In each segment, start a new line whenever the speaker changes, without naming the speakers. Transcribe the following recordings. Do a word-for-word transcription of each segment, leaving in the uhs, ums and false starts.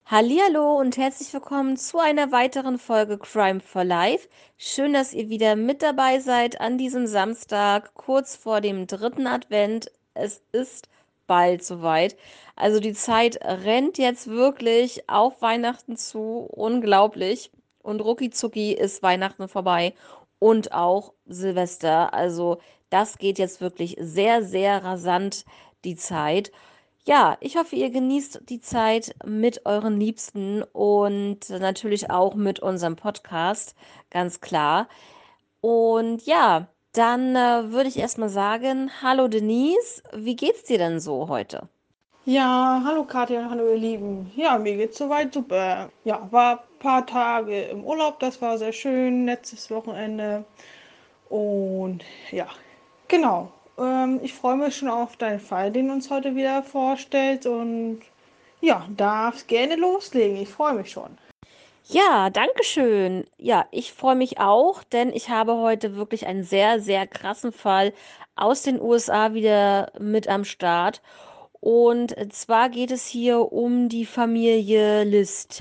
Hallihallo und herzlich willkommen zu einer weiteren Folge Crime for Life. Schön, dass ihr wieder mit dabei seid an diesem Samstag, kurz vor dem dritten Advent. Es ist bald soweit. Also die Zeit rennt jetzt wirklich auf Weihnachten zu. Unglaublich. Und rucki ist Weihnachten vorbei und auch Silvester. Also das geht jetzt wirklich sehr, sehr rasant, die Zeit. Ja, ich hoffe, ihr genießt die Zeit mit euren Liebsten und natürlich auch mit unserem Podcast, ganz klar. Und ja, dann äh, würde ich erstmal sagen, hallo Denise, wie geht's dir denn so heute?
Ja, hallo Katja, hallo ihr Lieben. Ja, mir geht's soweit super. Ja, war ein paar Tage im Urlaub, das war sehr schön, letztes Wochenende. Und ja, genau. Ähm, ich freue mich schon auf deinen Fall, den du uns heute wieder vorstellst. Und ja, darfst gerne loslegen. Ich freue mich schon.
Ja, danke schön. Ja, ich freue mich auch, denn ich habe heute wirklich einen sehr, sehr krassen Fall aus den U S A wieder mit am Start. Und zwar geht es hier um die Familie List.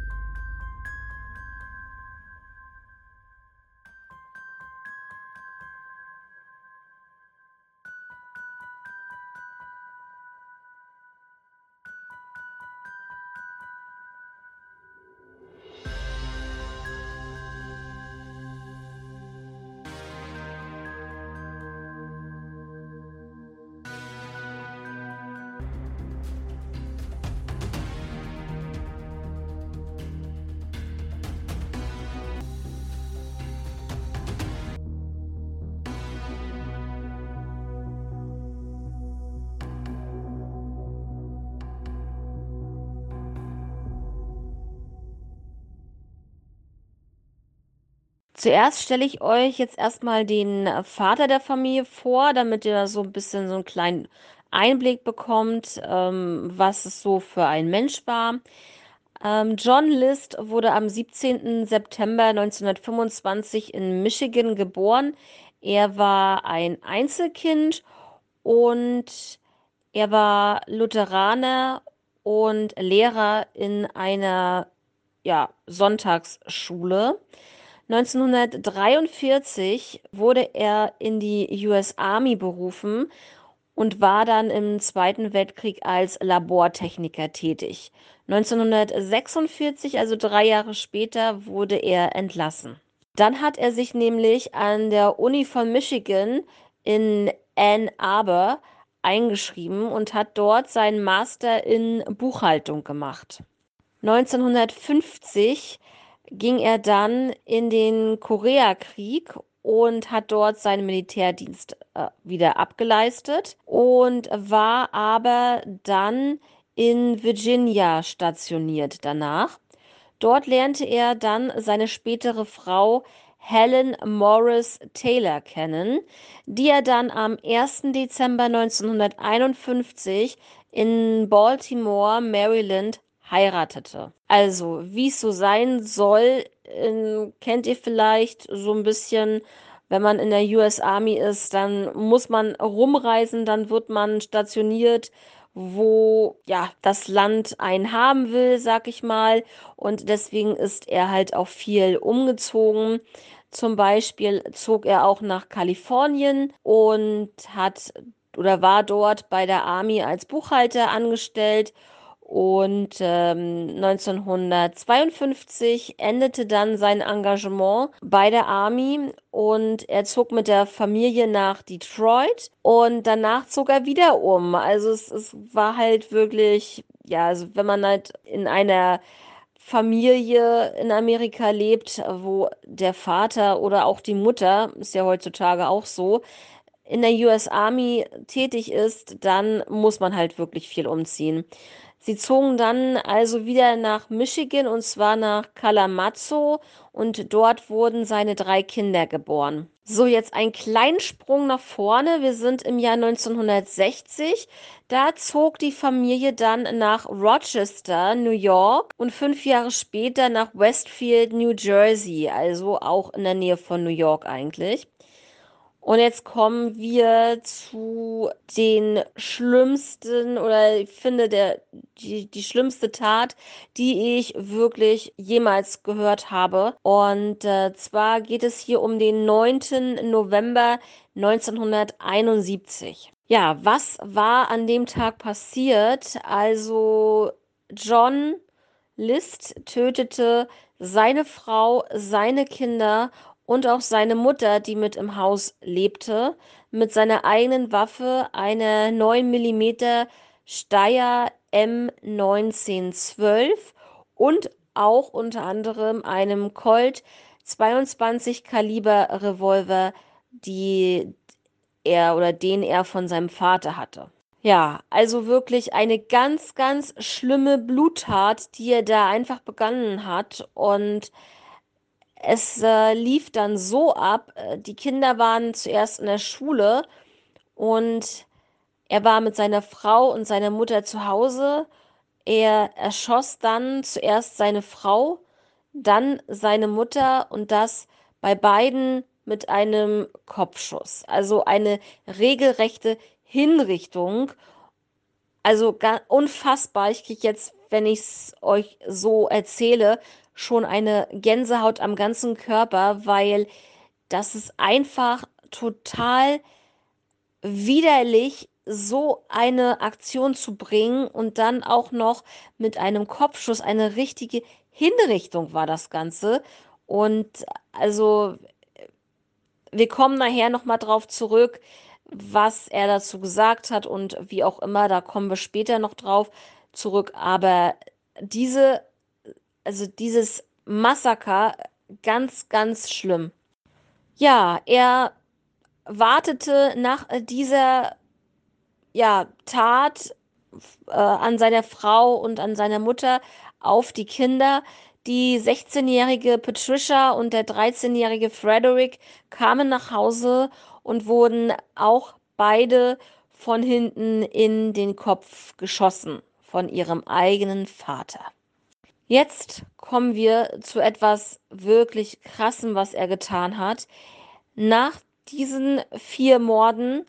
Zuerst stelle ich euch jetzt erstmal den äh, Vater der Familie vor, damit ihr so ein bisschen so einen kleinen Einblick bekommt, ähm, was es so für ein Mensch war. Ähm, John List wurde am siebzehnten September neunzehnhundertfünfundzwanzig in Michigan geboren. Er war ein Einzelkind und er war Lutheraner und Lehrer in einer, ja, Sonntagsschule. neunzehnhundertdreiundvierzig wurde er in die U S Army berufen und war dann im Zweiten Weltkrieg als Labortechniker tätig. neunzehnhundertsechsundvierzig, also drei Jahre später, wurde er entlassen. Dann hat er sich nämlich an der Uni von Michigan in Ann Arbor eingeschrieben und hat dort seinen Master in Buchhaltung gemacht. neunzehnhundertfünfzig ging er dann in den Koreakrieg und hat dort seinen Militärdienst äh, wieder abgeleistet und war aber dann in Virginia stationiert danach. Dort lernte er dann seine spätere Frau Helen Morris Taylor kennen, die er dann am ersten Dezember neunzehnhunderteinundfünfzig in Baltimore, Maryland, heiratete. Also, wie es so sein soll, ähm, kennt ihr vielleicht so ein bisschen, wenn man in der U S Army ist, dann muss man rumreisen, dann wird man stationiert, wo ja das Land einen haben will, sag ich mal. Und deswegen ist er halt auch viel umgezogen. Zum Beispiel zog er auch nach Kalifornien und hat oder war dort bei der Army als Buchhalter angestellt. Und ähm, neunzehnhundertzweiundfünfzig endete dann sein Engagement bei der Army und er zog mit der Familie nach Detroit und danach zog er wieder um. Also es, es war halt wirklich, ja, also wenn man halt in einer Familie in Amerika lebt, wo der Vater oder auch die Mutter, ist ja heutzutage auch so, in der U S Army tätig ist, dann muss man halt wirklich viel umziehen. Sie zogen dann also wieder nach Michigan und zwar nach Kalamazoo und dort wurden seine drei Kinder geboren. So, jetzt ein kleinen Sprung nach vorne. Wir sind im Jahr neunzehnhundertsechzig. Da zog die Familie dann nach Rochester, New York und fünf Jahre später nach Westfield, New Jersey, also auch in der Nähe von New York eigentlich. Und jetzt kommen wir zu den schlimmsten oder ich finde der, die, die schlimmste Tat, die ich wirklich jemals gehört habe. Und äh, zwar geht es hier um den neunten November neunzehnhunderteinundsiebzig. Ja, was war an dem Tag passiert? Also John List tötete seine Frau, seine Kinder und auch seine Mutter, die mit im Haus lebte, mit seiner eigenen Waffe, einer neun Millimeter Steyr M neunzehnhundertzwölf und auch unter anderem einem Colt zweiundzwanzig Kaliber Revolver, die er oder den er von seinem Vater hatte. Ja, also wirklich eine ganz, ganz schlimme Bluttat, die er da einfach begangen hat. Und es äh, lief dann so ab, äh, die Kinder waren zuerst in der Schule und er war mit seiner Frau und seiner Mutter zu Hause. Er erschoss dann zuerst seine Frau, dann seine Mutter und das bei beiden mit einem Kopfschuss. Also eine regelrechte Hinrichtung. Also ga- unfassbar. Ich kriege jetzt, wenn ich es euch so erzähle, schon eine Gänsehaut am ganzen Körper, weil das ist einfach total widerlich, so eine Aktion zu bringen und dann auch noch mit einem Kopfschuss. Eine richtige Hinrichtung war das Ganze. Und also wir kommen nachher nochmal drauf zurück, was er dazu gesagt hat und wie auch immer, da kommen wir später noch drauf zurück. Aber diese, also dieses Massaker, ganz, ganz schlimm. Ja, er wartete nach äh, dieser, ja, Tat äh, an seiner Frau und an seiner Mutter auf die Kinder. Die sechzehnjährige Patricia und der dreizehnjährige Frederick kamen nach Hause und wurden auch beide von hinten in den Kopf geschossen von ihrem eigenen Vater. Jetzt kommen wir zu etwas wirklich Krassem, was er getan hat. Nach diesen vier Morden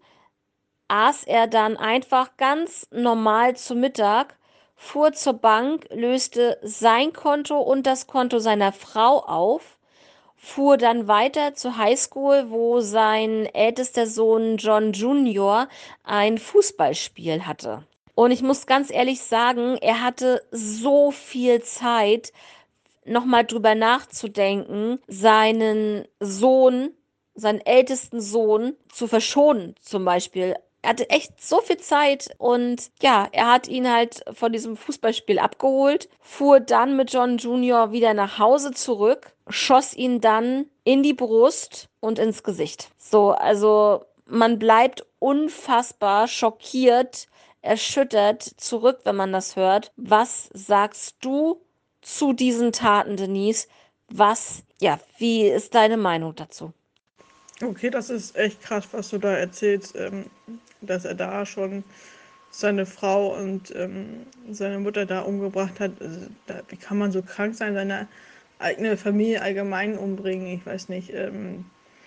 aß er dann einfach ganz normal zu Mittag, fuhr zur Bank, löste sein Konto und das Konto seiner Frau auf, fuhr dann weiter zur Highschool, wo sein ältester Sohn John Junior ein Fußballspiel hatte. Und ich muss ganz ehrlich sagen, er hatte so viel Zeit, nochmal drüber nachzudenken, seinen Sohn, seinen ältesten Sohn zu verschonen, zum Beispiel. Er hatte echt so viel Zeit und ja, er hat ihn halt von diesem Fußballspiel abgeholt, fuhr dann mit John Junior wieder nach Hause zurück, schoss ihn dann in die Brust und ins Gesicht. So, also man bleibt unfassbar schockiert, erschüttert zurück, wenn man das hört. Was sagst du zu diesen Taten, Denise? Was, ja, wie ist deine Meinung dazu?
Okay, das ist echt krass, was du da erzählst, ähm, dass er da schon seine Frau und ähm, seine Mutter da umgebracht hat. Also, da, wie kann man so krank sein, seine eigene Familie allgemein umbringen? Ich weiß nicht. Ähm,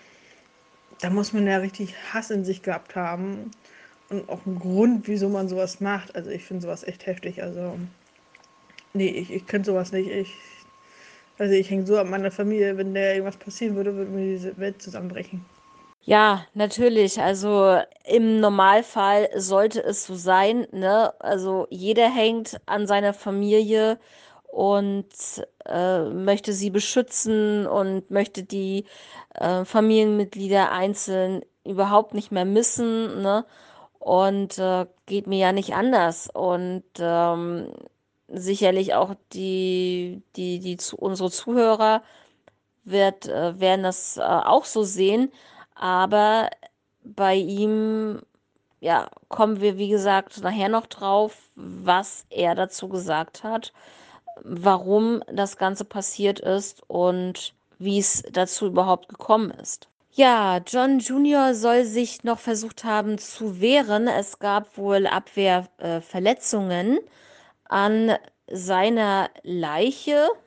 da muss man ja richtig Hass in sich gehabt haben und auch einen Grund, wieso man sowas macht. Also ich finde sowas echt heftig. Also nee, ich, ich könnte sowas nicht. Ich, also ich hänge so an meiner Familie, wenn der irgendwas passieren würde, würde mir diese Welt zusammenbrechen.
Ja, natürlich. Also im Normalfall sollte es so sein, ne? Also jeder hängt an seiner Familie und äh, möchte sie beschützen und möchte die äh, Familienmitglieder einzeln überhaupt nicht mehr missen, ne? Und äh, geht mir ja nicht anders. Und ähm, sicherlich auch die, die, die zu, unsere Zuhörer wird, äh, werden das äh, auch so sehen. Aber bei ihm, ja, kommen wir, wie gesagt, nachher noch drauf, was er dazu gesagt hat, warum das Ganze passiert ist und wie es dazu überhaupt gekommen ist. Ja, John Junior soll sich noch versucht haben zu wehren. Es gab wohl Abwehrverletzungen äh, Verletzungen an seiner Leiche.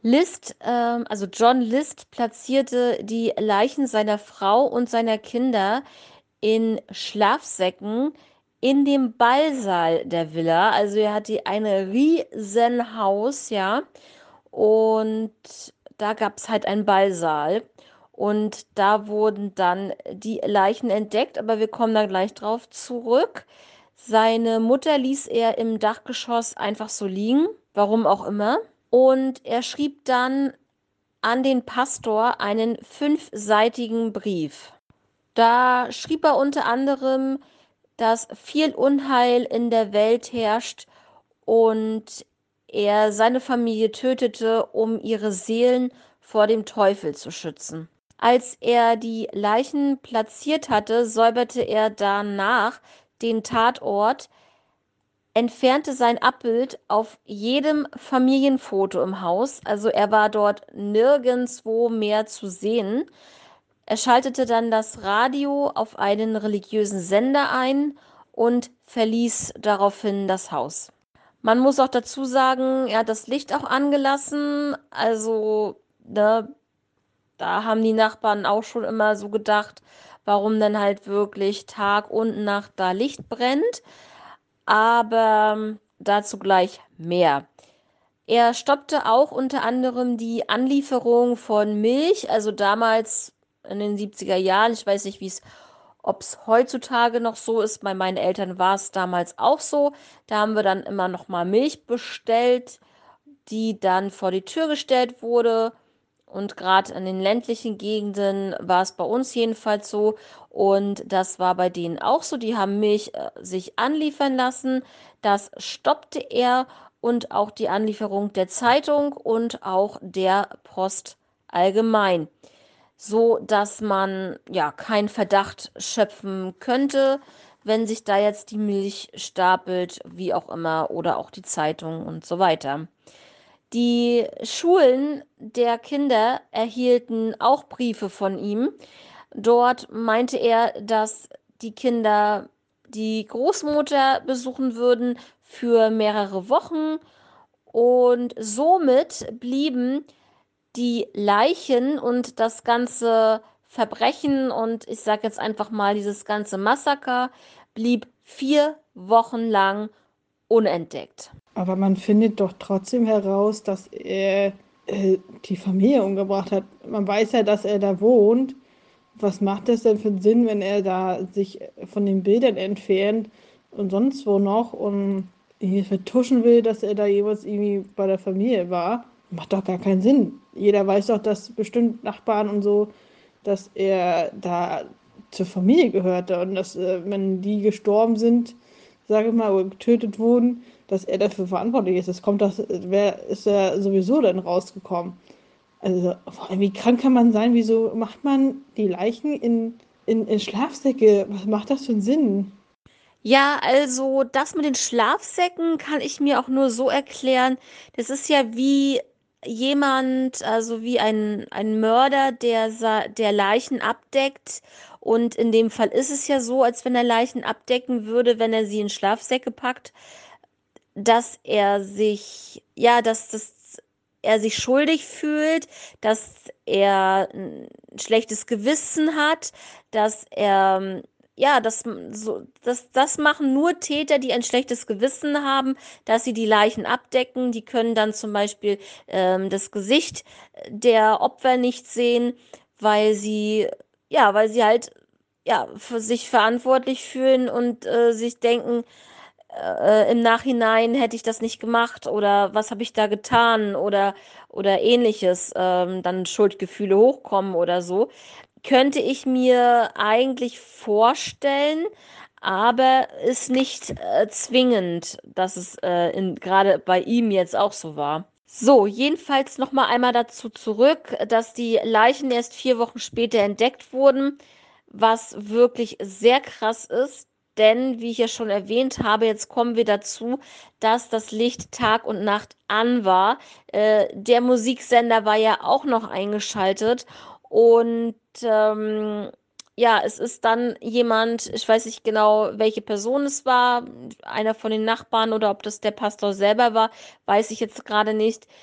List, ähm, also John List platzierte die Leichen seiner Frau und seiner Kinder in Schlafsäcken in dem Ballsaal der Villa. Also er hatte ein riesen Haus, ja. Und da gab es halt einen Ballsaal. Und da wurden dann die Leichen entdeckt, aber wir kommen da gleich drauf zurück. Seine Mutter ließ er im Dachgeschoss einfach so liegen, warum auch immer. Und er schrieb dann an den Pastor einen fünfseitigen Brief. Da schrieb er unter anderem, dass viel Unheil in der Welt herrscht und er seine Familie tötete, um ihre Seelen vor dem Teufel zu schützen. Als er die Leichen platziert hatte, säuberte er danach den Tatort, entfernte sein Abbild auf jedem Familienfoto im Haus, also er war dort nirgendwo mehr zu sehen. Er schaltete dann das Radio auf einen religiösen Sender ein und verließ daraufhin das Haus. Man muss auch dazu sagen, er hat das Licht auch angelassen, also ne, da haben die Nachbarn auch schon immer so gedacht, warum denn halt wirklich Tag und Nacht da Licht brennt. Aber ähm, dazu gleich mehr. Er stoppte auch unter anderem die Anlieferung von Milch, also damals in den siebziger Jahren. Ich weiß nicht, wie es, ob es heutzutage noch so ist. Bei meinen Eltern war es damals auch so. Da haben wir dann immer noch mal Milch bestellt, die dann vor die Tür gestellt wurde. Und gerade in den ländlichen Gegenden war es bei uns jedenfalls so. Und das war bei denen auch so. Die haben Milch äh, sich anliefern lassen. Das stoppte er und auch die Anlieferung der Zeitung und auch der Post allgemein, so dass man ja keinen Verdacht schöpfen könnte, wenn sich da jetzt die Milch stapelt, wie auch immer, oder auch die Zeitung und so weiter. Die Schulen der Kinder erhielten auch Briefe von ihm. Dort meinte er, dass die Kinder die Großmutter besuchen würden für mehrere Wochen und somit blieben die Leichen und das ganze Verbrechen und ich sage jetzt einfach mal dieses ganze Massaker blieb vier Wochen lang unentdeckt.
Aber man findet doch trotzdem heraus, dass er äh, die Familie umgebracht hat. Man weiß ja, dass er da wohnt. Was macht das denn für einen Sinn, wenn er da sich von den Bildern entfernt und sonst wo noch und irgendwie vertuschen will, dass er da jemals irgendwie bei der Familie war? Macht doch gar keinen Sinn. Jeder weiß doch, dass bestimmt Nachbarn und so, dass er da zur Familie gehörte und dass, äh, wenn die gestorben sind, sage ich mal, oder getötet wurden, dass er dafür verantwortlich ist. Das kommt das, wer ist ja sowieso dann rausgekommen. Also, vor allem, wie krank kann man sein? Wieso macht man die Leichen in, in, in Schlafsäcke? Was macht das für einen Sinn?
Ja, also das mit den Schlafsäcken kann ich mir auch nur so erklären. Das ist ja wie jemand, also wie ein, ein Mörder, der, sa- der Leichen abdeckt. Und in dem Fall ist es ja so, als wenn er Leichen abdecken würde, wenn er sie in Schlafsäcke packt, dass er sich, ja, dass das, er sich schuldig fühlt, dass er ein schlechtes Gewissen hat, dass er, ja, das, so, das, das machen nur Täter, die ein schlechtes Gewissen haben, dass sie die Leichen abdecken. Die können dann zum Beispiel ähm, das Gesicht der Opfer nicht sehen, weil sie, ja, weil sie halt, ja, für sich verantwortlich fühlen und äh, sich denken, äh, im Nachhinein hätte ich das nicht gemacht oder was habe ich da getan oder, oder ähnliches, ähm, dann Schuldgefühle hochkommen oder so, könnte ich mir eigentlich vorstellen, aber ist nicht äh, zwingend, dass es äh, in, gerade bei ihm jetzt auch so war. So, jedenfalls noch mal einmal dazu zurück, dass die Leichen erst vier Wochen später entdeckt wurden, was wirklich sehr krass ist. Denn, wie ich ja schon erwähnt habe, jetzt kommen wir dazu, dass das Licht Tag und Nacht an war. Äh, der Musiksender war ja auch noch eingeschaltet. Und ähm, ja, es ist dann jemand, ich weiß nicht genau, welche Person es war, einer von den Nachbarn oder ob das der Pastor selber war, weiß ich jetzt gerade nicht.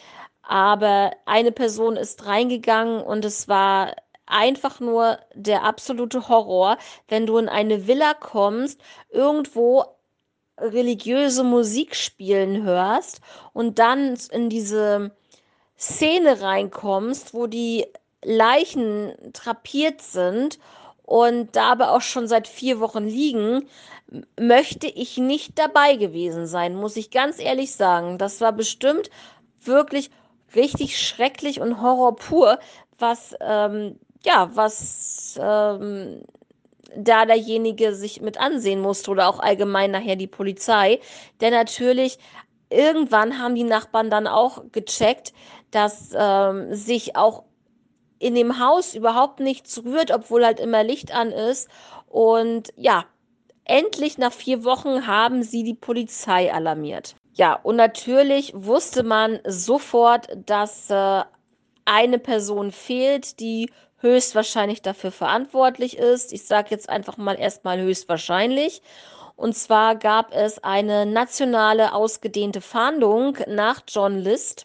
aber eine Person ist reingegangen und es war einfach nur der absolute Horror, wenn du in eine Villa kommst, irgendwo religiöse Musik spielen hörst und dann in diese Szene reinkommst, wo die Leichen drapiert sind und da aber auch schon seit vier Wochen liegen, m- möchte ich nicht dabei gewesen sein, muss ich ganz ehrlich sagen. Das war bestimmt wirklich richtig schrecklich und Horror pur, was, ähm, ja, was ähm, da derjenige sich mit ansehen musste oder auch allgemein nachher die Polizei. Denn natürlich, irgendwann haben die Nachbarn dann auch gecheckt, dass ähm, sich auch in dem Haus überhaupt nichts rührt, obwohl halt immer Licht an ist. Und ja, endlich nach vier Wochen haben sie die Polizei alarmiert. Ja, und natürlich wusste man sofort, dass äh, eine Person fehlt, die höchstwahrscheinlich dafür verantwortlich ist. Ich sage jetzt einfach mal erstmal höchstwahrscheinlich. Und zwar gab es eine nationale ausgedehnte Fahndung nach John List.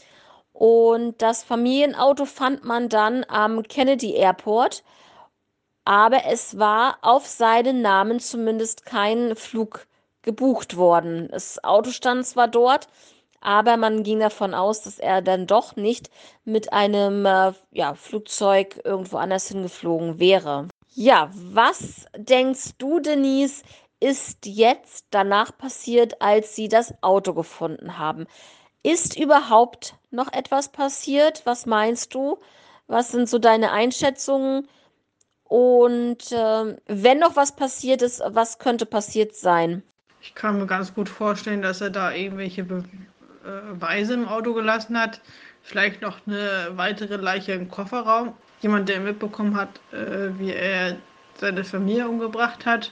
Und das Familienauto fand man dann am Kennedy Airport, aber es war auf seinen Namen zumindest kein Flug gebucht worden. Das Auto stand zwar dort, aber man ging davon aus, dass er dann doch nicht mit einem äh, ja, Flugzeug irgendwo anders hingeflogen wäre. Ja, was denkst du, Denise, ist jetzt danach passiert, als sie das Auto gefunden haben? Ist überhaupt noch etwas passiert? Was meinst du? Was sind so deine Einschätzungen? Und ähm, wenn noch was passiert ist, was könnte passiert sein?
Ich kann mir ganz gut vorstellen, dass er da irgendwelche Be äh, Beweise im Auto gelassen hat. Vielleicht noch eine weitere Leiche im Kofferraum. Jemand, der mitbekommen hat, äh, wie er seine Familie umgebracht hat.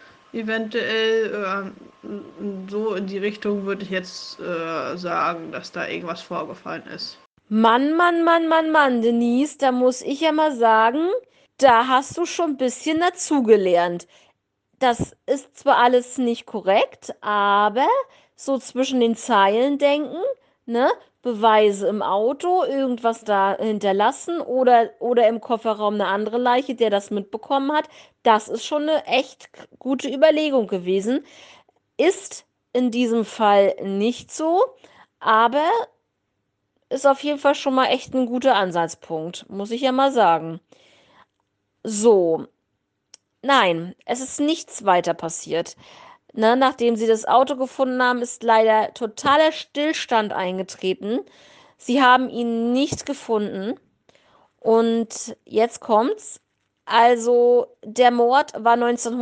Eventuell äh, so in die Richtung würde ich jetzt äh, sagen, dass da irgendwas vorgefallen ist.
Mann, Mann, Mann, Mann, Mann, Denise, da muss ich ja mal sagen, da hast du schon ein bisschen dazugelernt. Das ist zwar alles nicht korrekt, aber so zwischen den Zeilen denken, ne? Beweise im Auto, irgendwas da hinterlassen oder, oder im Kofferraum eine andere Leiche, der das mitbekommen hat. Das ist schon eine echt gute Überlegung gewesen. Ist in diesem Fall nicht so, aber ist auf jeden Fall schon mal echt ein guter Ansatzpunkt, muss ich ja mal sagen. So, nein, es ist nichts weiter passiert. Ne, nachdem sie das Auto gefunden haben, ist leider totaler Stillstand eingetreten. Sie haben ihn nicht gefunden. Und jetzt kommt's. Also, der Mord war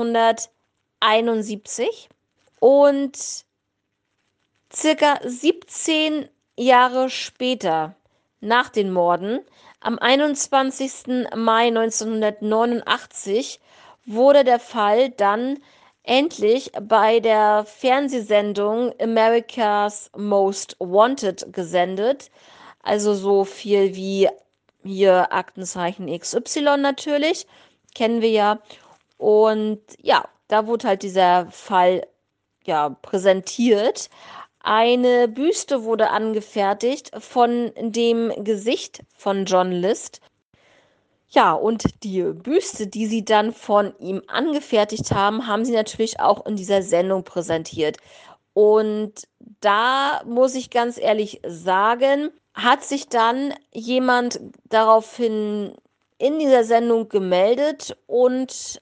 neunzehnhunderteinundsiebzig und circa siebzehn Jahre später, nach den Morden, am einundzwanzigsten Mai neunzehnhundertneunundachtzig, wurde der Fall dann endlich bei der Fernsehsendung America's Most Wanted gesendet. Also so viel wie hier Aktenzeichen X Y natürlich, kennen wir ja. Und ja, da wurde halt dieser Fall ja präsentiert. Eine Büste wurde angefertigt von dem Gesicht von John List. Ja, und die Büste, die sie dann von ihm angefertigt haben, haben sie natürlich auch in dieser Sendung präsentiert. Und da muss ich ganz ehrlich sagen, hat sich dann jemand daraufhin in dieser Sendung gemeldet und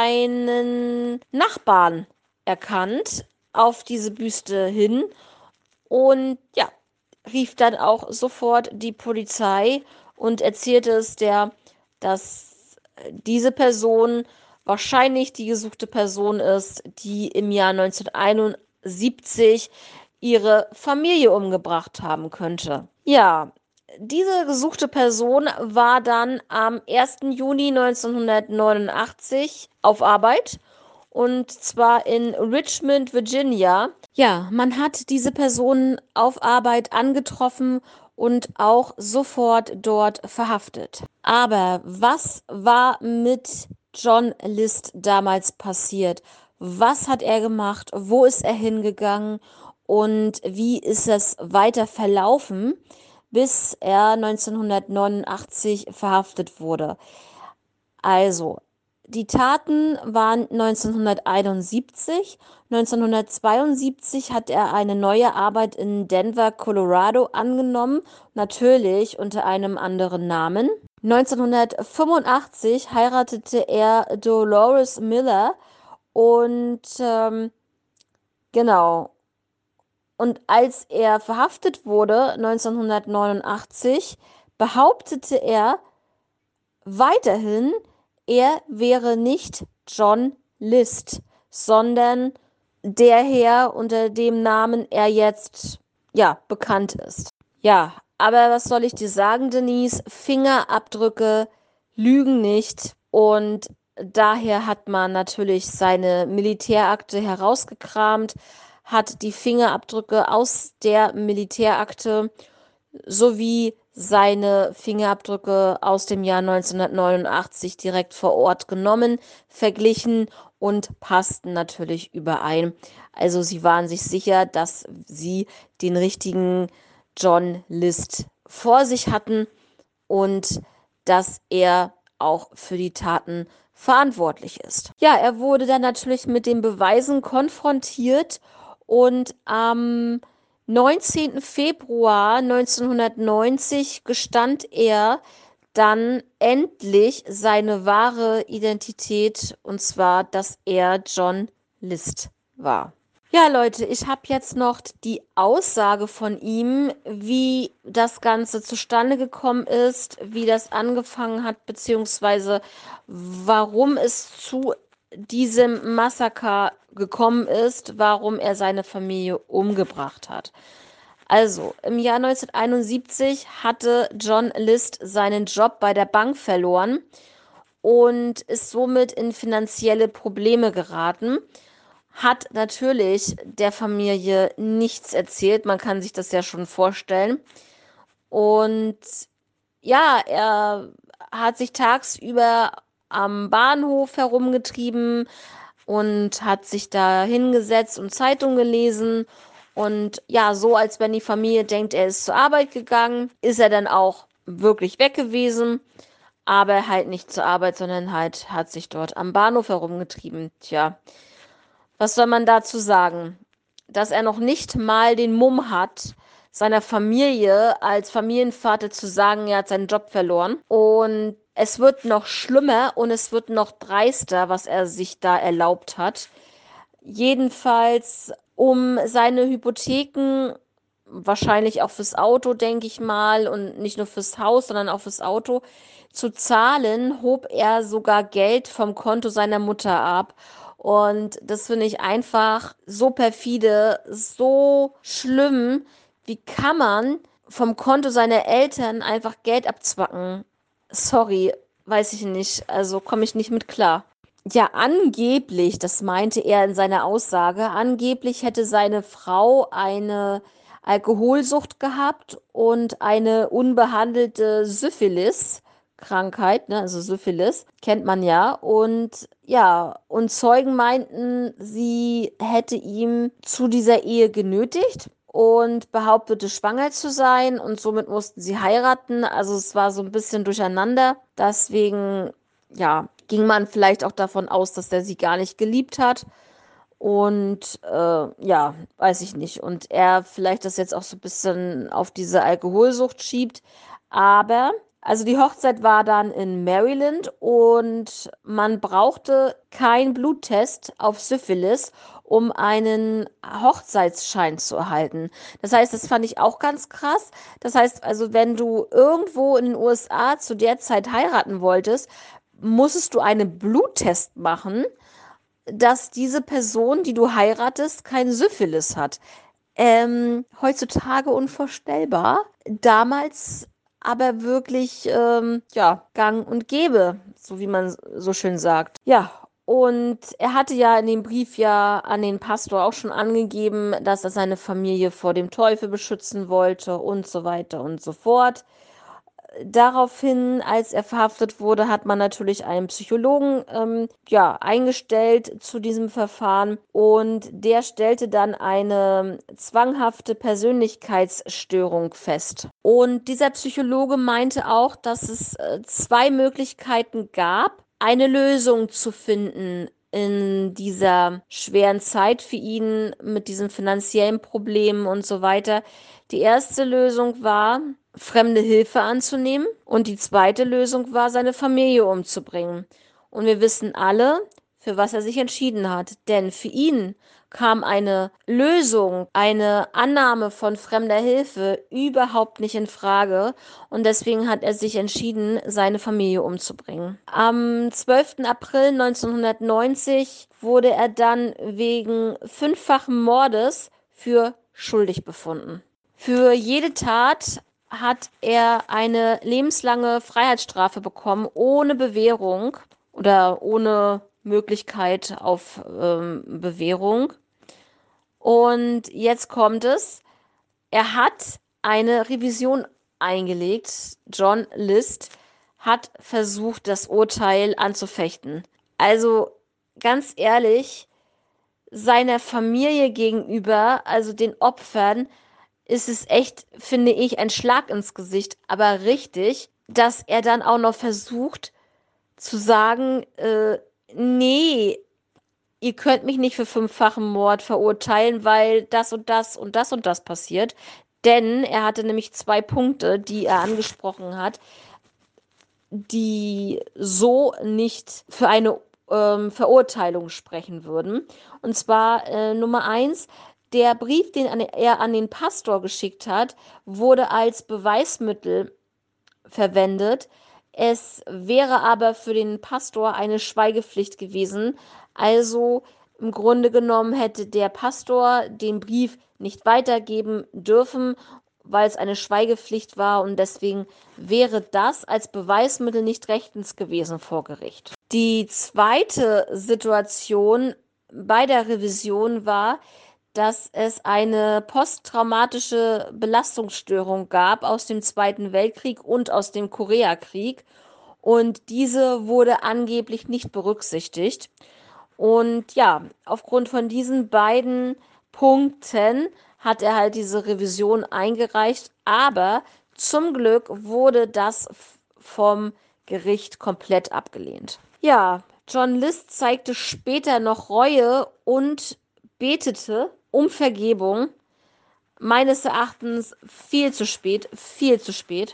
einen Nachbarn erkannt auf diese Büste hin und ja, rief dann auch sofort die Polizei und erzählte es der, dass diese Person wahrscheinlich die gesuchte Person ist, die im Jahr neunzehnhunderteinundsiebzig ihre Familie umgebracht haben könnte. Ja, diese gesuchte Person war dann am ersten Juni neunzehnhundertneunundachtzig auf Arbeit und zwar in Richmond, Virginia. Ja, man hat diese Person auf Arbeit angetroffen und auch sofort dort verhaftet. Aber was war mit John List damals passiert? Was hat er gemacht? Wo ist er hingegangen? Und wie ist es weiter verlaufen? bis er neunzehnhundertneunundachtzig verhaftet wurde. Also, die Taten waren neunzehnhunderteinundsiebzig. neunzehnhundertzweiundsiebzig hat er eine neue Arbeit in Denver, Colorado angenommen, natürlich unter einem anderen Namen. neunzehnhundertfünfundachtzig heiratete er Dolores Miller und ähm, genau. Und als er verhaftet wurde, neunzehnhundertneunundachtzig, behauptete er weiterhin, er wäre nicht John List, sondern der Herr, unter dem Namen er jetzt, ja, bekannt ist. Ja, aber was soll ich dir sagen, Denise? Fingerabdrücke lügen nicht und daher hat man natürlich seine Militärakte herausgekramt, hat die Fingerabdrücke aus der Militärakte sowie seine Fingerabdrücke aus dem Jahr neunzehnhundertneunundachtzig direkt vor Ort genommen, verglichen und passten natürlich überein. Also sie waren sich sicher, dass sie den richtigen John List vor sich hatten und dass er auch für die Taten verantwortlich ist. Ja, er wurde dann natürlich mit den Beweisen konfrontiert und am neunzehnten Februar neunzehnhundertneunzig gestand er dann endlich seine wahre Identität, und zwar, dass er John List war. Ja, Leute, ich habe jetzt noch die Aussage von ihm, wie das Ganze zustande gekommen ist, wie das angefangen hat, beziehungsweise warum es zu diesem Massaker gekommen ist, warum er seine Familie umgebracht hat. Also, im Jahr neunzehnhunderteinundsiebzig hatte John List seinen Job bei der Bank verloren und ist somit in finanzielle Probleme geraten. Hat natürlich der Familie nichts erzählt. Man kann sich das ja schon vorstellen. Und ja, er hat sich tagsüber am Bahnhof herumgetrieben und hat sich da hingesetzt und Zeitung gelesen. Und ja, so als wenn die Familie denkt, er ist zur Arbeit gegangen, ist er dann auch wirklich weg gewesen. Aber halt nicht zur Arbeit, sondern halt hat sich dort am Bahnhof herumgetrieben. Tja, was soll man dazu sagen? Dass er noch nicht mal den Mumm hat, seiner Familie als Familienvater zu sagen, er hat seinen Job verloren. Und es wird noch schlimmer und es wird noch dreister, was er sich da erlaubt hat. Jedenfalls, um seine Hypotheken, wahrscheinlich auch fürs Auto, denke ich mal, und nicht nur fürs Haus, sondern auch fürs Auto, zu zahlen, hob er sogar Geld vom Konto seiner Mutter ab. Und das finde ich einfach so perfide, so schlimm. Wie kann man vom Konto seiner Eltern einfach Geld abzwacken? Sorry, weiß ich nicht. Also komme ich nicht mit klar. Ja, angeblich, das meinte er in seiner Aussage, angeblich hätte seine Frau eine Alkoholsucht gehabt und eine unbehandelte Syphilis-Krankheit, ne, also Syphilis, kennt man ja. Und ja, und Zeugen meinten, sie hätte ihn zu dieser Ehe genötigt und behauptete, schwanger zu sein und somit mussten sie heiraten. Also es war so ein bisschen durcheinander. Deswegen ja, ging man vielleicht auch davon aus, dass er sie gar nicht geliebt hat. Und äh, ja, weiß ich nicht. Und er vielleicht das jetzt auch so ein bisschen auf diese Alkoholsucht schiebt. Aber, also die Hochzeit war dann in Maryland und man brauchte keinen Bluttest auf Syphilis, um einen Hochzeitsschein zu erhalten. Das heißt, das fand ich auch ganz krass. Das heißt, also wenn du irgendwo in den U S A zu der Zeit heiraten wolltest, musstest du einen Bluttest machen, dass diese Person, die du heiratest, kein Syphilis hat. Ähm, heutzutage unvorstellbar. Damals aber wirklich, ähm, ja, gang und gäbe, so wie man so schön sagt. Ja, und er hatte ja in dem Brief ja an den Pastor auch schon angegeben, dass er seine Familie vor dem Teufel beschützen wollte und so weiter und so fort. daraufhin, als er verhaftet wurde, hat man natürlich einen Psychologen ähm, ja, eingestellt zu diesem Verfahren und der stellte dann eine zwanghafte Persönlichkeitsstörung fest. Und dieser Psychologe meinte auch, dass es äh, zwei Möglichkeiten gab, eine Lösung zu finden in dieser schweren Zeit für ihn mit diesen finanziellen Problemen und so weiter. Die erste Lösung war, fremde Hilfe anzunehmen und die zweite Lösung war, seine Familie umzubringen. Und wir wissen alle, für was er sich entschieden hat. Denn für ihn kam eine Lösung, eine Annahme von fremder Hilfe überhaupt nicht in Frage. Und deswegen hat er sich entschieden, seine Familie umzubringen. Am zwölften April neunzehnhundertneunzig wurde er dann wegen fünffachen Mordes für schuldig befunden. Für jede Tat hat er eine lebenslange Freiheitsstrafe bekommen, ohne Bewährung oder ohne Möglichkeit auf ähm, Bewährung. Und jetzt kommt es. Er hat eine Revision eingelegt. John List hat versucht, das Urteil anzufechten. Also ganz ehrlich, seiner Familie gegenüber, also den Opfern, ist es echt, finde ich, ein Schlag ins Gesicht, aber richtig, dass er dann auch noch versucht zu sagen, äh, nee, ihr könnt mich nicht für fünffachen Mord verurteilen, weil das und das und das und das passiert. Denn er hatte nämlich zwei Punkte, die er angesprochen hat, die so nicht für eine ähm, Verurteilung sprechen würden. Und zwar äh, Nummer eins, der Brief, den an, er an den Pastor geschickt hat, wurde als Beweismittel verwendet. Es wäre aber für den Pastor eine Schweigepflicht gewesen. Also im Grunde genommen hätte der Pastor den Brief nicht weitergeben dürfen, weil es eine Schweigepflicht war und deswegen wäre das als Beweismittel nicht rechtens gewesen vor Gericht. Die zweite Situation bei der Revision war, dass es eine posttraumatische Belastungsstörung gab aus dem Zweiten Weltkrieg und aus dem Koreakrieg. Und diese wurde angeblich nicht berücksichtigt. Und ja, aufgrund von diesen beiden Punkten hat er halt diese Revision eingereicht. Aber zum Glück wurde das vom Gericht komplett abgelehnt. Ja, John List zeigte später noch Reue und betete um Vergebung. Meines Erachtens viel zu spät, viel zu spät.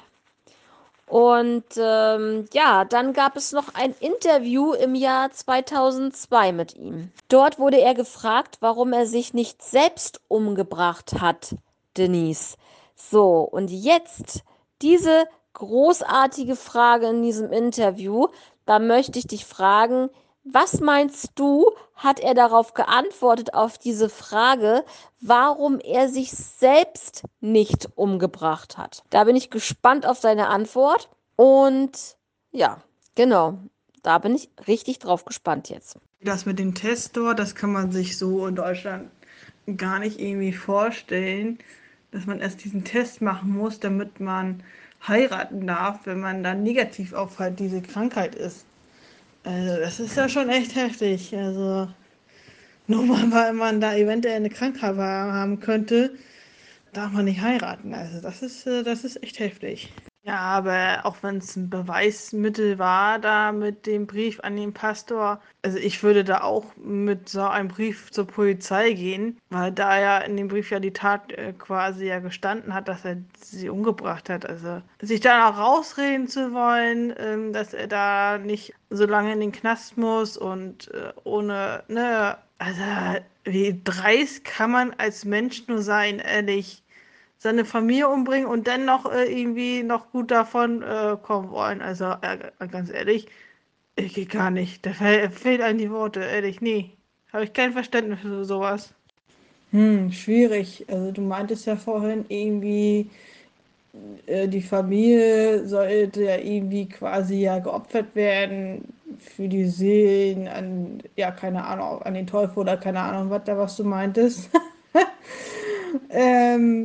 Und ähm, ja, dann gab es noch ein Interview im Jahr zweitausendzwei mit ihm. Dort wurde er gefragt, warum er sich nicht selbst umgebracht hat, Denise. So, und jetzt diese großartige Frage in diesem Interview. Da möchte ich dich fragen, was meinst du, hat er darauf geantwortet, auf diese Frage, warum er sich selbst nicht umgebracht hat? Da bin ich gespannt auf seine Antwort. Und ja, genau, da bin ich richtig drauf gespannt jetzt.
Das mit dem Test dort, das kann man sich so in Deutschland gar nicht irgendwie vorstellen, dass man erst diesen Test machen muss, damit man heiraten darf, wenn man dann negativ auf halt diese Krankheit ist. Also das ist ja schon echt heftig. Also nur mal, weil man da eventuell eine Krankheit haben könnte, darf man nicht heiraten. Also das ist, äh, das ist echt heftig. Ja, aber auch wenn es ein Beweismittel war, da mit dem Brief an den Pastor, also ich würde da auch mit so einem Brief zur Polizei gehen, weil da ja in dem Brief ja die Tat äh, quasi ja gestanden hat, dass er sie umgebracht hat. Also sich da auch rausreden zu wollen, ähm, dass er da nicht so lange in den Knast muss und äh, ohne, ne, also wie dreist kann man als Mensch nur sein, ehrlich seine Familie umbringen und dann noch äh, irgendwie noch gut davon äh, kommen wollen. Also äh, ganz ehrlich, ich geht gar nicht. Da fe fehlt einem die Worte, ehrlich, nee. Habe ich kein Verständnis für sowas. Hm, schwierig. Also du meintest ja vorhin irgendwie, äh, die Familie sollte ja irgendwie quasi ja geopfert werden für die Seelen an, ja, keine Ahnung, an den Teufel oder keine Ahnung, was da was du meintest. ähm,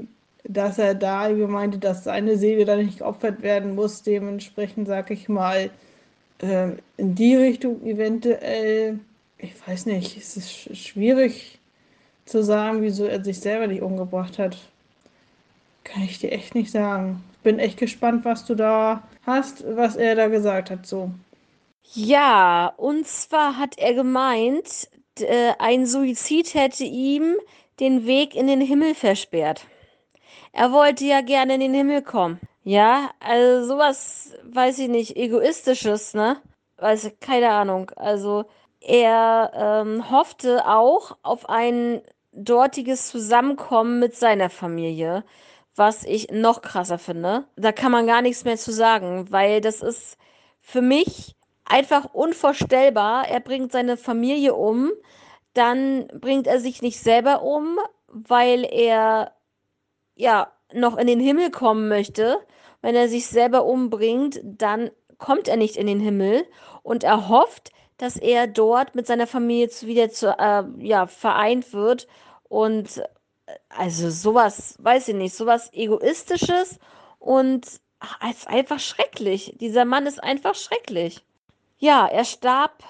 dass er da meinte, dass seine Seele da nicht geopfert werden muss. Dementsprechend sage ich mal, ähm, in die Richtung eventuell, ich weiß nicht, es ist sch- schwierig zu sagen, wieso er sich selber nicht umgebracht hat. Kann ich dir echt nicht sagen. Bin echt gespannt, was du da hast, was er da gesagt hat, so.
Ja, und zwar hat er gemeint, d- äh, ein Suizid hätte ihm den Weg in den Himmel versperrt. Er wollte ja gerne in den Himmel kommen. Ja, also sowas, weiß ich nicht, egoistisches, ne? Weiß ich, keine Ahnung. Also er ähm, hoffte auch auf ein dortiges Zusammenkommen mit seiner Familie, was ich noch krasser finde. Da kann man gar nichts mehr zu sagen, weil das ist für mich einfach unvorstellbar. Er bringt seine Familie um, dann bringt er sich nicht selber um, weil er ja noch in den Himmel kommen möchte. Wenn er sich selber umbringt, dann kommt er nicht in den Himmel und er hofft, dass er dort mit seiner Familie zu, wieder zu, äh, ja, vereint wird. Und äh, also sowas, weiß ich nicht, sowas Egoistisches und ach, ist einfach schrecklich. Dieser Mann ist einfach schrecklich. Ja, er starb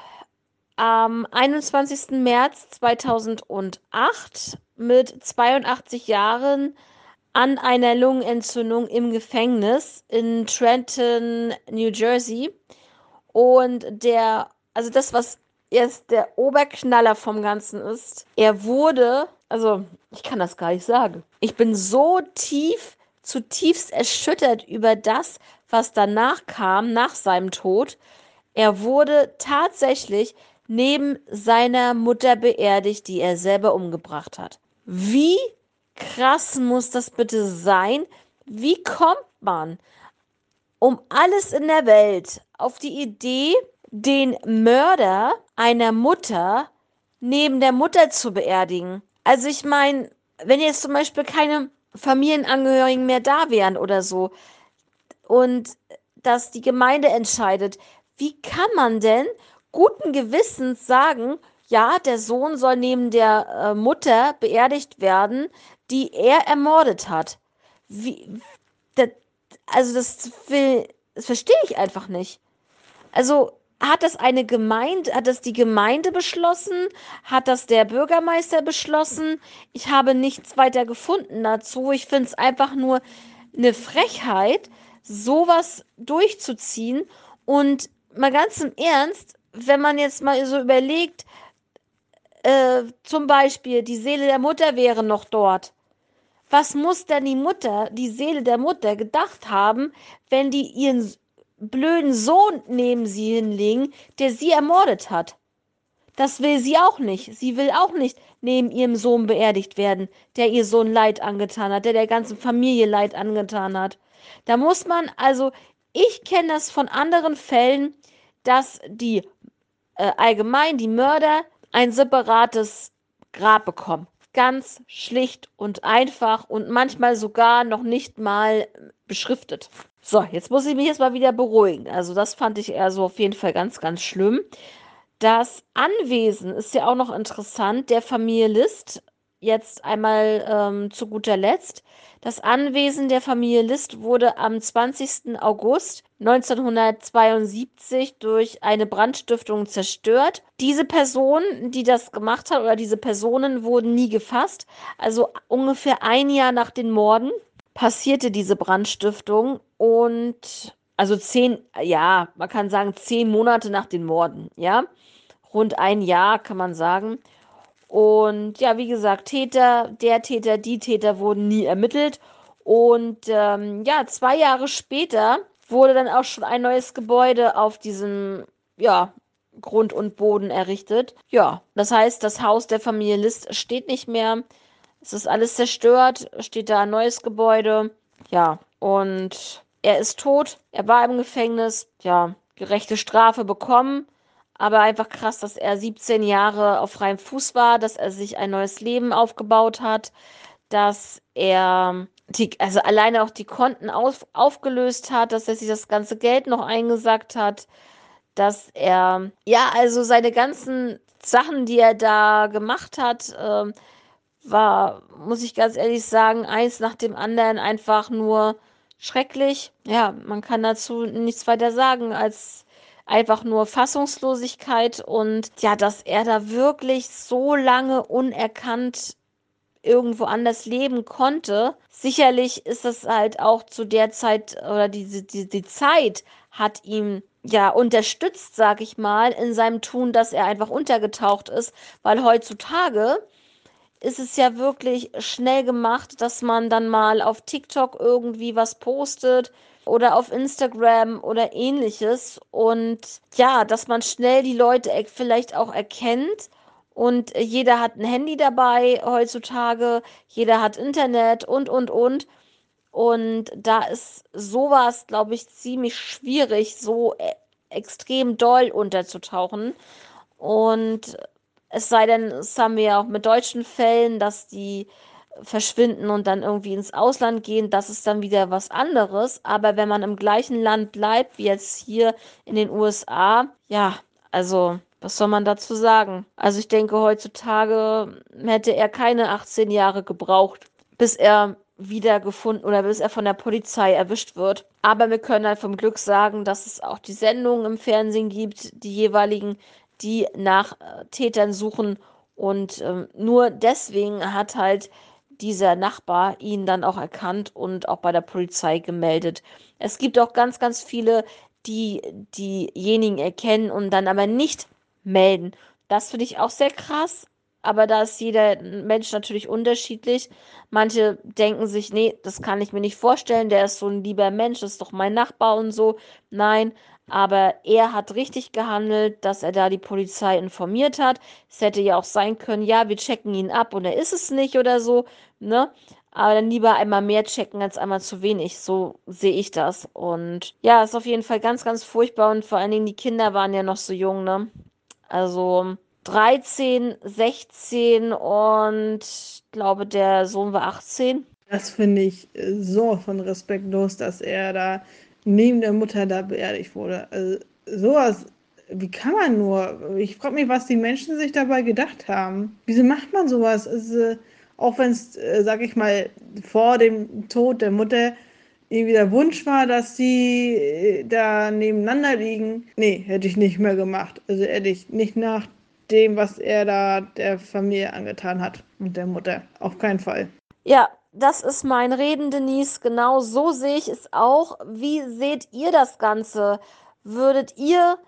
am einundzwanzigsten März zweitausendacht mit zweiundachtzig Jahren an einer Lungenentzündung im Gefängnis in Trenton, New Jersey. Und der, also das, was jetzt der Oberknaller vom Ganzen ist, er wurde, also ich kann das gar nicht sagen. Ich bin so tief, zutiefst erschüttert über das, was danach kam, nach seinem Tod. Er wurde tatsächlich neben seiner Mutter beerdigt, die er selber umgebracht hat. Wie krass muss das bitte sein? Wie kommt man um alles in der Welt auf die Idee, den Mörder einer Mutter neben der Mutter zu beerdigen? Also ich meine, wenn jetzt zum Beispiel keine Familienangehörigen mehr da wären oder so und dass die Gemeinde entscheidet, wie kann man denn guten Gewissens sagen, ja, der Sohn soll neben der äh, Mutter beerdigt werden, die er ermordet hat? Wie, das, also das will, das verstehe ich einfach nicht. Also hat das eine Gemeinde, hat das die Gemeinde beschlossen? Hat das der Bürgermeister beschlossen? Ich habe nichts weiter gefunden dazu. Ich finde es einfach nur eine Frechheit, sowas durchzuziehen. Und mal ganz im Ernst, wenn man jetzt mal so überlegt, äh, zum Beispiel, die Seele der Mutter wäre noch dort. Was muss denn die Mutter, die Seele der Mutter gedacht haben, wenn die ihren blöden Sohn neben sie hinlegen, der sie ermordet hat? Das will sie auch nicht. Sie will auch nicht neben ihrem Sohn beerdigt werden, der ihr Sohn Leid angetan hat, der der ganzen Familie Leid angetan hat. Da muss man, also, ich kenne das von anderen Fällen, dass die äh, allgemein die Mörder ein separates Grab bekommen. Ganz schlicht und einfach und manchmal sogar noch nicht mal beschriftet. So, jetzt muss ich mich jetzt mal wieder beruhigen. Also das fand ich eher so auf jeden Fall ganz, ganz schlimm. Das Anwesen ist ja auch noch interessant, der Familie List. Jetzt einmal ähm, zu guter Letzt. Das Anwesen der Familie List wurde am zwanzigsten August neunzehnhundertzweiundsiebzig durch eine Brandstiftung zerstört. Diese Person, die das gemacht hat, oder diese Personen wurden nie gefasst. Also ungefähr ein Jahr nach den Morden passierte diese Brandstiftung und also zehn, ja, man kann sagen zehn Monate nach den Morden, ja. Rund ein Jahr kann man sagen. Und ja, wie gesagt, Täter, der Täter, die Täter wurden nie ermittelt. Und ähm, ja, zwei Jahre später wurde dann auch schon ein neues Gebäude auf diesem, ja, Grund und Boden errichtet. Ja, das heißt, das Haus der Familie List steht nicht mehr. Es ist alles zerstört, steht da ein neues Gebäude. Ja, und er ist tot. Er war im Gefängnis. Ja, gerechte Strafe bekommen. Aber einfach krass, dass er siebzehn Jahre auf freiem Fuß war, dass er sich ein neues Leben aufgebaut hat, dass er die, also alleine auch die Konten auf, aufgelöst hat, dass er sich das ganze Geld noch eingesackt hat, dass er, ja, also seine ganzen Sachen, die er da gemacht hat, ähm, war, muss ich ganz ehrlich sagen, eins nach dem anderen einfach nur schrecklich. Ja, man kann dazu nichts weiter sagen als einfach nur Fassungslosigkeit und ja, dass er da wirklich so lange unerkannt irgendwo anders leben konnte. Sicherlich ist es halt auch zu der Zeit oder diese die, die Zeit hat ihm ja unterstützt, sag ich mal, in seinem Tun, dass er einfach untergetaucht ist, weil heutzutage ist es ja wirklich schnell gemacht, dass man dann mal auf TikTok irgendwie was postet oder auf Instagram oder ähnliches und ja, dass man schnell die Leute er- vielleicht auch erkennt und äh, jeder hat ein Handy dabei heutzutage, jeder hat Internet und und und und da ist sowas, glaube ich, ziemlich schwierig, so äh, extrem doll unterzutauchen. Und es sei denn, das haben wir ja auch mit deutschen Fällen, dass die verschwinden und dann irgendwie ins Ausland gehen, das ist dann wieder was anderes. Aber wenn man im gleichen Land bleibt, wie jetzt hier in den U S A, ja, also, was soll man dazu sagen? Also ich denke, heutzutage hätte er keine achtzehn Jahre gebraucht, bis er wiedergefunden oder bis er von der Polizei erwischt wird. Aber wir können halt vom Glück sagen, dass es auch die Sendungen im Fernsehen gibt, die jeweiligen, die nach äh, Tätern suchen. Und ähm, nur deswegen hat halt dieser Nachbar ihn dann auch erkannt und auch bei der Polizei gemeldet. Es gibt auch ganz, ganz viele, die diejenigen erkennen und dann aber nicht melden. Das finde ich auch sehr krass. Aber da ist jeder Mensch natürlich unterschiedlich. Manche denken sich, nee, das kann ich mir nicht vorstellen, der ist so ein lieber Mensch, das ist doch mein Nachbar und so. Nein, aber er hat richtig gehandelt, dass er da die Polizei informiert hat. Es hätte ja auch sein können, ja, wir checken ihn ab und er ist es nicht oder so, ne? Aber dann lieber einmal mehr checken als einmal zu wenig. So sehe ich das. Und ja, ist auf jeden Fall ganz, ganz furchtbar. Und vor allen Dingen die Kinder waren ja noch so jung, ne? Also dreizehn, sechzehn und ich glaube, der Sohn war achtzehn.
Das finde ich äh, so von respektlos, dass er da neben der Mutter da beerdigt wurde. Also sowas, wie kann man nur? Ich frage mich, was die Menschen sich dabei gedacht haben. Wieso macht man sowas? Also, auch wenn es, äh, sag ich mal, vor dem Tod der Mutter irgendwie der Wunsch war, dass sie äh, da nebeneinander liegen. Nee, hätte ich nicht mehr gemacht. Also hätte ich nicht nach dem, was er da der Familie angetan hat und der Mutter. Auf keinen Fall.
Ja, das ist mein Reden, Denise. Genau so sehe ich es auch. Wie seht ihr das Ganze? Würdet ihr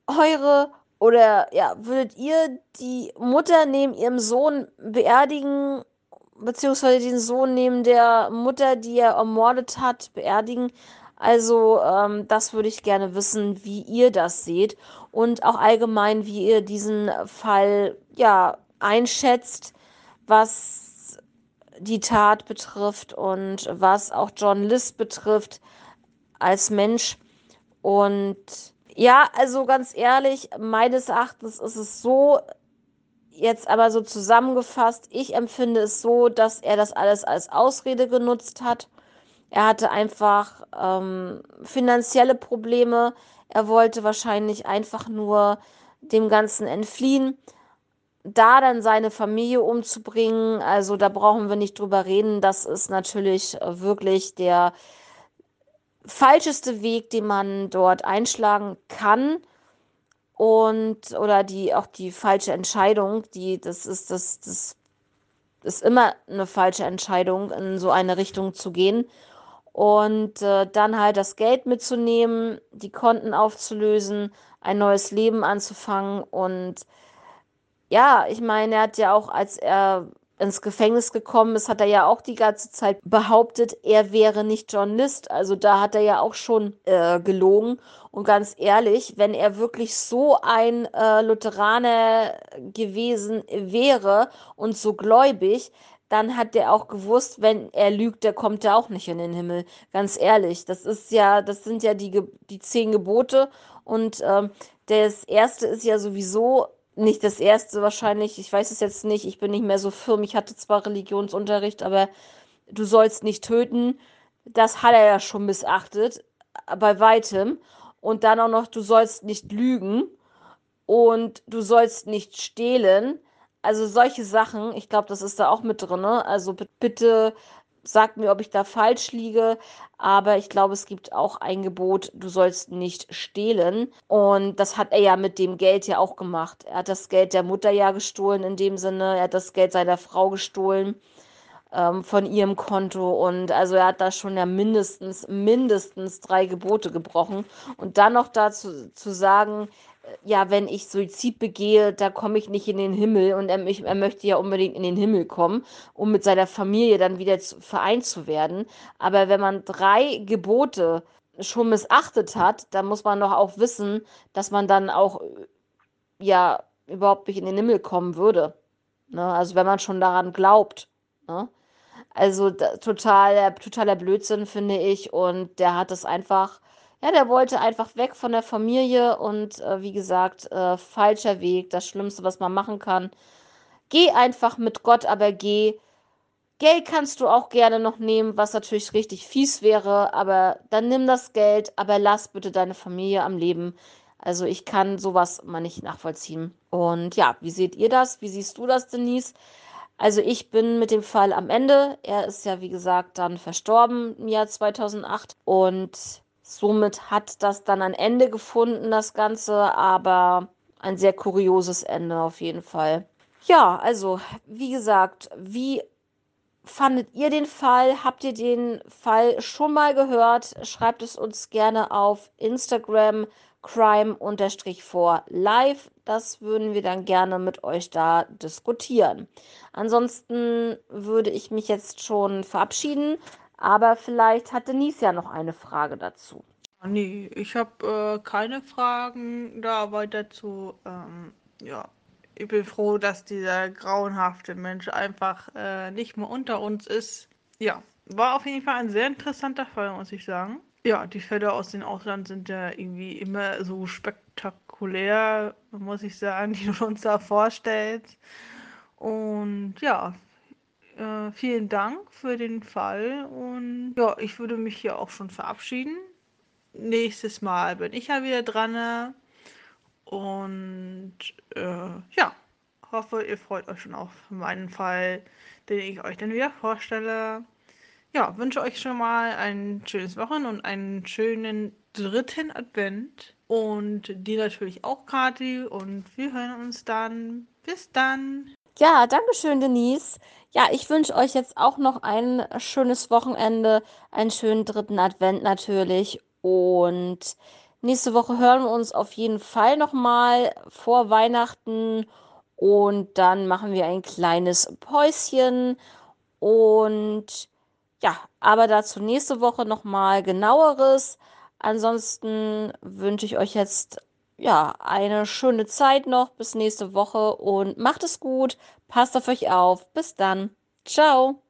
eure oder ja, würdet ihr die Mutter neben ihrem Sohn beerdigen, beziehungsweise den Sohn neben der Mutter, die er ermordet hat, beerdigen? Also, ähm, das würde ich gerne wissen, wie ihr das seht und auch allgemein, wie ihr diesen Fall ja einschätzt, was die Tat betrifft und was auch John List betrifft als Mensch. Und ja, also ganz ehrlich, meines Erachtens ist es so, jetzt aber so zusammengefasst, ich empfinde es so, dass er das alles als Ausrede genutzt hat. Er hatte einfach ähm, finanzielle Probleme. Er wollte wahrscheinlich einfach nur dem Ganzen entfliehen. Da dann seine Familie umzubringen, also da brauchen wir nicht drüber reden. Das ist natürlich äh, wirklich der falscheste Weg, den man dort einschlagen kann und oder die auch die falsche Entscheidung, die das ist das das ist immer eine falsche Entscheidung, in so eine Richtung zu gehen und äh, dann halt das Geld mitzunehmen, die Konten aufzulösen, ein neues Leben anzufangen und ja, ich meine, er hat ja auch, als er ins Gefängnis gekommen ist, hat er ja auch die ganze Zeit behauptet, er wäre nicht John List. Also da hat er ja auch schon äh, gelogen. Und ganz ehrlich, wenn er wirklich so ein äh, Lutheraner gewesen wäre und so gläubig, dann hat er auch gewusst, wenn er lügt, der kommt ja auch nicht in den Himmel. Ganz ehrlich, das ist ja, das sind ja die, Ge die zehn Gebote. Und ähm, das erste ist ja sowieso nicht das erste wahrscheinlich, ich weiß es jetzt nicht, ich bin nicht mehr so firm, ich hatte zwar Religionsunterricht, aber du sollst nicht töten, das hat er ja schon missachtet, bei weitem. Und dann auch noch, du sollst nicht lügen und du sollst nicht stehlen. Also solche Sachen, ich glaube, das ist da auch mit drin, ne? Also b- bitte sagt mir, ob ich da falsch liege, aber ich glaube, es gibt auch ein Gebot, du sollst nicht stehlen. Und das hat er ja mit dem Geld ja auch gemacht. Er hat das Geld der Mutter ja gestohlen in dem Sinne, er hat das Geld seiner Frau gestohlen ähm, von ihrem Konto. Und also er hat da schon ja mindestens, mindestens drei Gebote gebrochen. Und dann noch dazu zu sagen, äh, ja, wenn ich Suizid begehe, da komme ich nicht in den Himmel. Und er, mich- er möchte ja unbedingt in den Himmel kommen, um mit seiner Familie dann wieder zu, vereint zu werden. Aber wenn man drei Gebote schon missachtet hat, dann muss man doch auch wissen, dass man dann auch ja überhaupt nicht in den Himmel kommen würde. Ne? Also wenn man schon daran glaubt. Ne? Also da, total, totaler Blödsinn, finde ich. Und der hat das einfach, ja, der wollte einfach weg von der Familie und äh, wie gesagt, äh, falscher Weg, das Schlimmste, was man machen kann. Geh einfach mit Gott, aber geh. Geld kannst du auch gerne noch nehmen, was natürlich richtig fies wäre, aber dann nimm das Geld, aber lass bitte deine Familie am Leben. Also ich kann sowas mal nicht nachvollziehen. Und ja, wie seht ihr das? Wie siehst du das, Denise? Also ich bin mit dem Fall am Ende. Er ist ja, wie gesagt, dann verstorben im Jahr zweitausendacht und somit hat das dann ein Ende gefunden, das Ganze, aber ein sehr kurioses Ende auf jeden Fall. Ja, also wie gesagt, wie fandet ihr den Fall? Habt ihr den Fall schon mal gehört? Schreibt es uns gerne auf Instagram crime for live. Das würden wir dann gerne mit euch da diskutieren. Ansonsten würde ich mich jetzt schon verabschieden, aber vielleicht hat Denise ja noch eine Frage dazu.
Ah, nee, ich habe äh, keine Fragen da weiter zu. Ähm, ja, ich bin froh, dass dieser grauenhafte Mensch einfach äh, nicht mehr unter uns ist. Ja, war auf jeden Fall ein sehr interessanter Fall, muss ich sagen. Ja, die Fälle aus dem Ausland sind ja irgendwie immer so spektakulär, muss ich sagen, die du uns da vorstellst. Und ja, äh, vielen Dank für den Fall. Und ja, ich würde mich hier auch schon verabschieden. Nächstes Mal bin ich ja wieder dran. Und äh, ja, hoffe, ihr freut euch schon auf meinen Fall, den ich euch dann wieder vorstelle. Ja, wünsche euch schon mal ein schönes Wochenende und einen schönen dritten Advent. Und dir natürlich auch, Kathi. Und wir hören uns dann. Bis dann.
Ja, danke schön, Denise. Ja, ich wünsche euch jetzt auch noch ein schönes Wochenende, einen schönen dritten Advent natürlich. Und nächste Woche hören wir uns auf jeden Fall nochmal vor Weihnachten. Und dann machen wir ein kleines Päuschen. Und ja, aber dazu nächste Woche nochmal genaueres. Ansonsten wünsche ich euch jetzt ja eine schöne Zeit noch bis nächste Woche und macht es gut. Passt auf euch auf. Bis dann. Ciao.